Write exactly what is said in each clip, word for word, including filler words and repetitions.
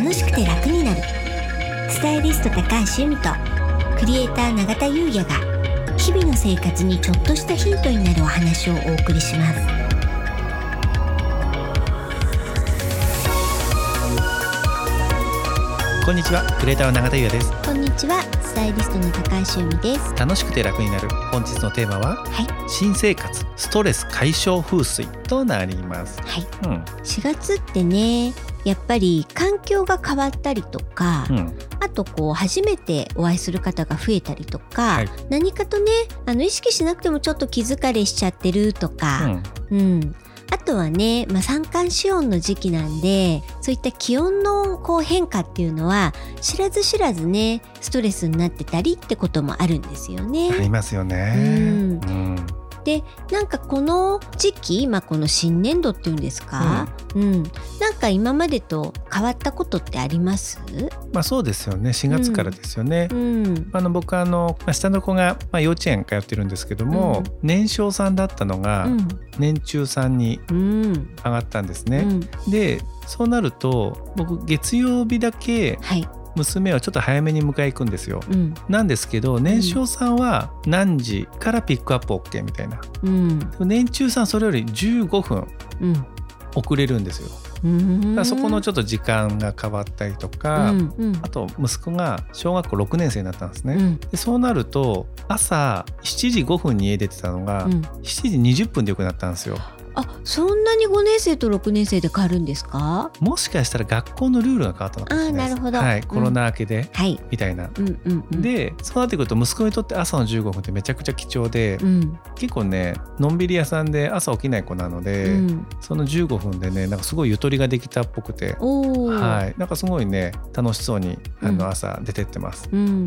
楽しくて楽になる。スタイリスト高橋由美とクリエイター永田優也が日々の生活にちょっとしたヒントになるお話をお送りします。 こんにちは、クリエイターの永田優也です。 こんにちは、スタイリストの高橋由美です。 楽しくて楽になる。本日のテーマは、はい、新生活ストレス解消風水となります。 はい、うん、しがつってね、やっぱり環境が変わったりとか、うん、あとこう初めてお会いする方が増えたりとか、はい、何かとね、あの意識しなくてもちょっと気疲れしちゃってるとか、うん、うんあとはね、まあ、三寒四温の時期なんで、そういった気温のこう変化っていうのは知らず知らずね、ストレスになってたりってこともあるんですよね。 ありますよね。うん、うんで、なんかこの時期、まあ、この新年度っていうんですか、うんうん、なんか今までと変わったことってあります？ まあ、そうですよね。しがつからですよね。うん、あの僕あの、まあ、下の子が、まあ、幼稚園通ってるんですけども、うん、年少さんだったのが年中さんに上がったんですね。うんうん、で、そうなると僕月曜日だけ、はい娘はちょっと早めに迎え行くんですよ、うん、なんですけど年少さんは何時からピックアップ OK みたいな、うん、年中さんそれよりじゅうごふん遅れるんですよ、うん、だからそこのちょっと時間が変わったりとか、うんうん、あと息子が小学校ろくねん生になったんですね、うん、でそうなると朝しちじごふんに家出てたのが、うん、しちじにじゅっぷんでよくなったんですよ。 あ、そんなにごねん生とろくねん生で変わるんですか？ もしかしたら学校のルールが変わったのかもしれないです。あ、なるほど、はい、コロナ明けで、うん、みたいな、うんうんうん、でそうなってくると息子にとって朝のじゅうごふんってめちゃくちゃ貴重で、うん、結構ねのんびり屋さんで朝起きない子なので、うん、そのじゅうごふんでねなんかすごいゆとりができたっぽくて、はい、なんかすごいね楽しそうにあの朝出てってます、うんうん、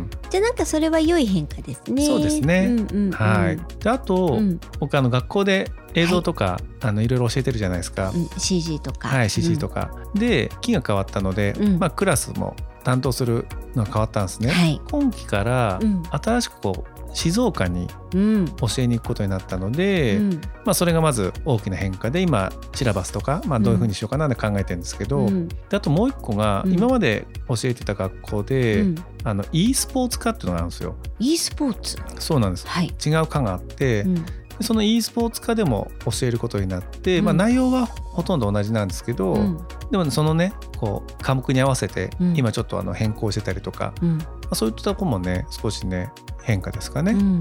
じゃあなんかそれは良い変化ですね。 そうですね、うんうんうん、はい。であと、うん、僕あの学校で映像とか、はい、あのいろいろ教えてるじゃないですか、 うん、シージー とか、 はい、シージー とか、うん、で期が変わったので、うんまあ、クラスも担当するのが変わったんですね、はい、今期から新しくこう静岡に教えに行くことになったので、うんまあ、それがまず大きな変化で今シラバスとか、まあ、どういうふうにしようかなって考えてるんですけど、うん、であともう一個が今まで教えてた学校で、うん、あの e スポーツ科っていうのがあるんですよ。 e スポーツそうなんです、はい、違う科があって、うんその e スポーツ科でも教えることになって、うんまあ、内容はほとんど同じなんですけど、うん、でも、ね、そのねこう科目に合わせて今ちょっとあの変更してたりとか、うんまあ、そういったところもね少しね変化ですかね、うんうん、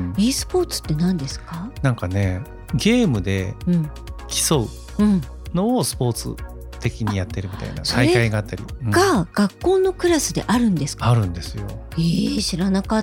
e スポーツって何ですか？ なんかねゲームで競うのをスポーツ的にやってるみたいな大会があったり、 うん、が学校のクラスであるんですか？ あるんですよ。 えー、知らなかった。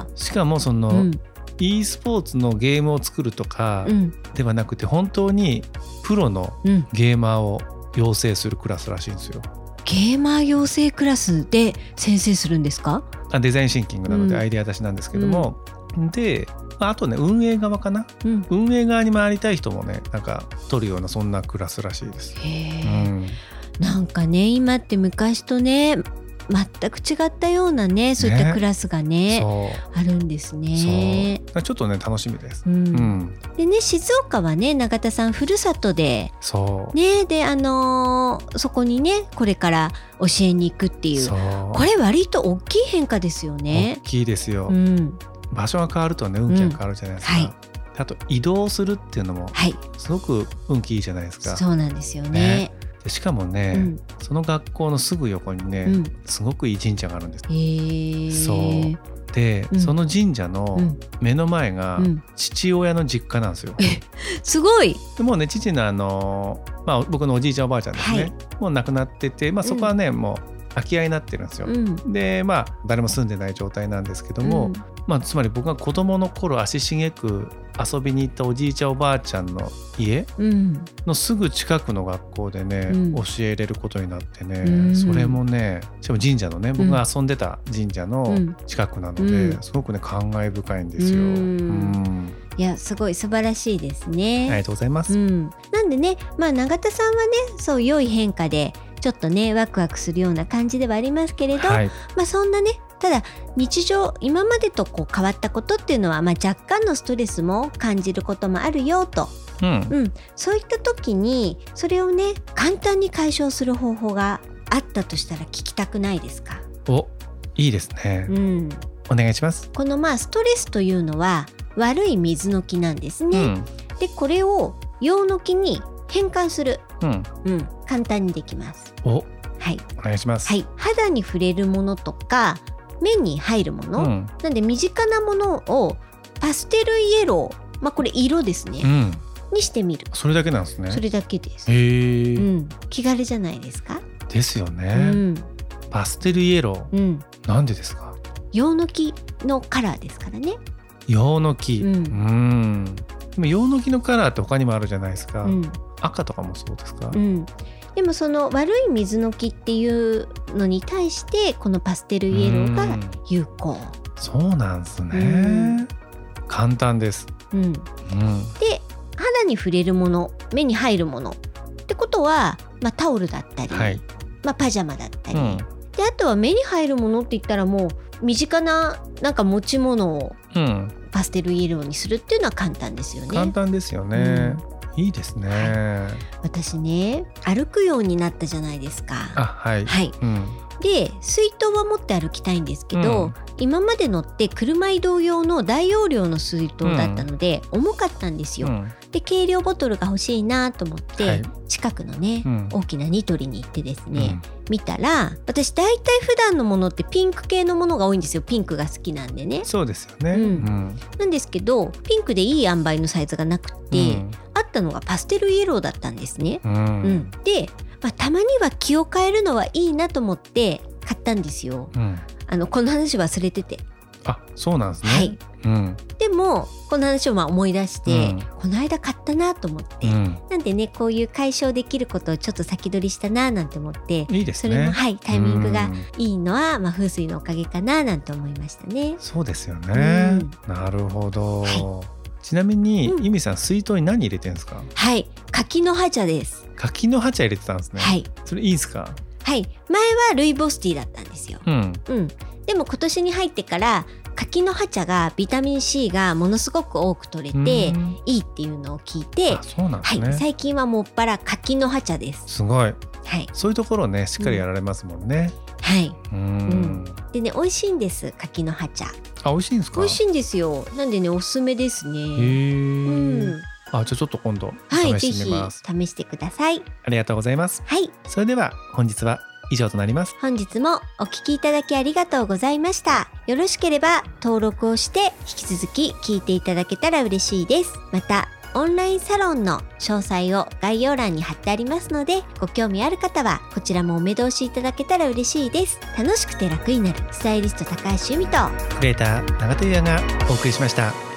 しかもその、うんe スポーツのゲームを作るとかではなくて、うん、本当にプロのゲーマーを養成するクラスらしいんですよ、うん、 ゲーマー養成クラスで先生するんですか？ あデザインシンキングなのでアイデア出しなんですけども、うん、であとね運営側かな、うん、運営側に回りたい人もねなんか取るようなそんなクラスらしいです。 へー、うん、なんかね今って昔とね全く違ったようなねそういったクラスが ね, ねあるんですね。 そうちょっとね楽しみです、 うんうん、でね静岡はね永田さんふるさとでそうねであのー、そこにねこれから教えに行くっていうこれ割と大きい変化ですよね。 大きいですよ、うん、場所が変わるとね運気が変わるじゃないですか、うんはい、あと移動するっていうのもすごく運気いいじゃないですか、 はい、そうなんですよ ね, ねでしかもね、うん、その学校のすぐ横にね、うん、すごくいい神社があるんです。 へー、 そうで、うん、その神社の目の前が父親の実家なんですよ、うん、 すごい。 でもうね父のあの、まあ、僕のおじいちゃんおばあちゃんですね、はい、もう亡くなってて、まあ、そこはね、うん、もう空き家になってるんですよ、うん、でまあ誰も住んでない状態なんですけども、うんまあ、つまり僕が子供の頃足しげく遊びに行ったおじいちゃんおばあちゃんの家のすぐ近くの学校でね、うん、教えれることになってね、うん、それもねしかも神社のね僕が遊んでた神社の近くなので、うん、すごくね感慨深いんですよ、うんうん、 いやすごい素晴らしいですね。 ありがとうございます、うん、 なんでね、まあ、永田さんはねそう良い変化でちょっとねワクワクするような感じではありますけれど、はいまあ、そんなねただ日常今までとこう変わったことっていうのは、まあ、若干のストレスも感じることもあるよと、うんうん、そういった時にそれをね簡単に解消する方法があったとしたら聞きたくないですか？ お、いいですね、うん、お願いします。 このまあストレスというのは悪い水の気なんですね、うん、でこれを陽の気に変換する、うんうん、簡単にできます。 お、はい、お願いします。 はい、肌に触れるものとか目に入るもの、うん、なんで身近なものをパステルイエロー、まあこれ色ですね、うん、にしてみる。 それだけなんですね。 それだけです。 へー、 うん、気軽じゃないですか？ ですよね、うん、パステルイエロー、うん、なんでですか？ 陽の気のカラーですからね。 陽の気、うん、うん、でも陽の気のカラーって他にもあるじゃないですか、うん、赤とかもそうですか？ うん、でもその悪い水の気っていうのに対してこのパステルイエローが有効。 そうなんですね、うん、簡単です、うんうん、で肌に触れるもの、目に入るものってことは、まあ、タオルだったり、はい、まあ、パジャマだったり、うん、であとは目に入るものって言ったらもう身近ななんか持ち物をパステルイエローにするっていうのは簡単ですよね。 簡単ですよね、うん、いいですね、はい、 私ね歩くようになったじゃないですか。 あ、はい、はい、うん、 で水筒は持って歩きたいんですけど、うん、今までのって車移動用の大容量の水筒だったので、うん、重かったんですよ、うん、で軽量ボトルが欲しいなと思って、はい、近くのね、うん、大きなニトリに行ってですね、うん、見たら私大体普段のものってピンク系のものが多いんですよ。ピンクが好きなんでね。 そうですよね、うんうん、 なんですけどピンクでいい塩梅のサイズがなくて、うん、あったのがパステルイエローだったんですね、うんうん、で、まあ、たまには気を変えるのはいいなと思って買ったんですよ、うん、あのこの話忘れてて。 あ、そうなんですね、 はい、うん、でもこの話をまあ思い出して、うん、この間買ったなと思って、うん、なんでねこういう解消できることをちょっと先取りしたななんて思って、 いいですね、 それも、はい、タイミングがいいのは、まあ、風水のおかげかななんて思いましたね。 そうですよね、うん、なるほど、はい、ちなみに、うん、由美さん水筒に何入れてるんですか？はい、 柿の葉茶です。 柿の葉茶入れてたんですね。はい、それいいですか？ はい、前はルイボスティーだったんですよ、うんうん、でも今年に入ってから柿の葉茶がビタミン C がものすごく多く取れていいっていうのを聞いて、 あ、そうなんですね、 はい、最近はもっぱら柿の葉茶です。 すごい、はい、そういうところねしっかりやられますもんね、 うん、はい、うん、うん、でね美味しいんです柿の葉茶。 あ、美味しいんですか？ 美味しいんですよ。なんでねおすすめですね。へー、うん、あ、じゃあちょっと今度試してみます。 はい、ぜひ試してください。 ありがとうございます。 はい、 それでは本日は以上となります。 本日もお聞きいただきありがとうございました。よろしければ登録をして引き続き聞いていただけたら嬉しいです。またオンラインサロンの詳細を概要欄に貼ってありますので、ご興味ある方はこちらもお目通しいただけたら嬉しいです。楽しくて楽になるスタイリスト高橋由美とクリエイター永田優也がお送りしました。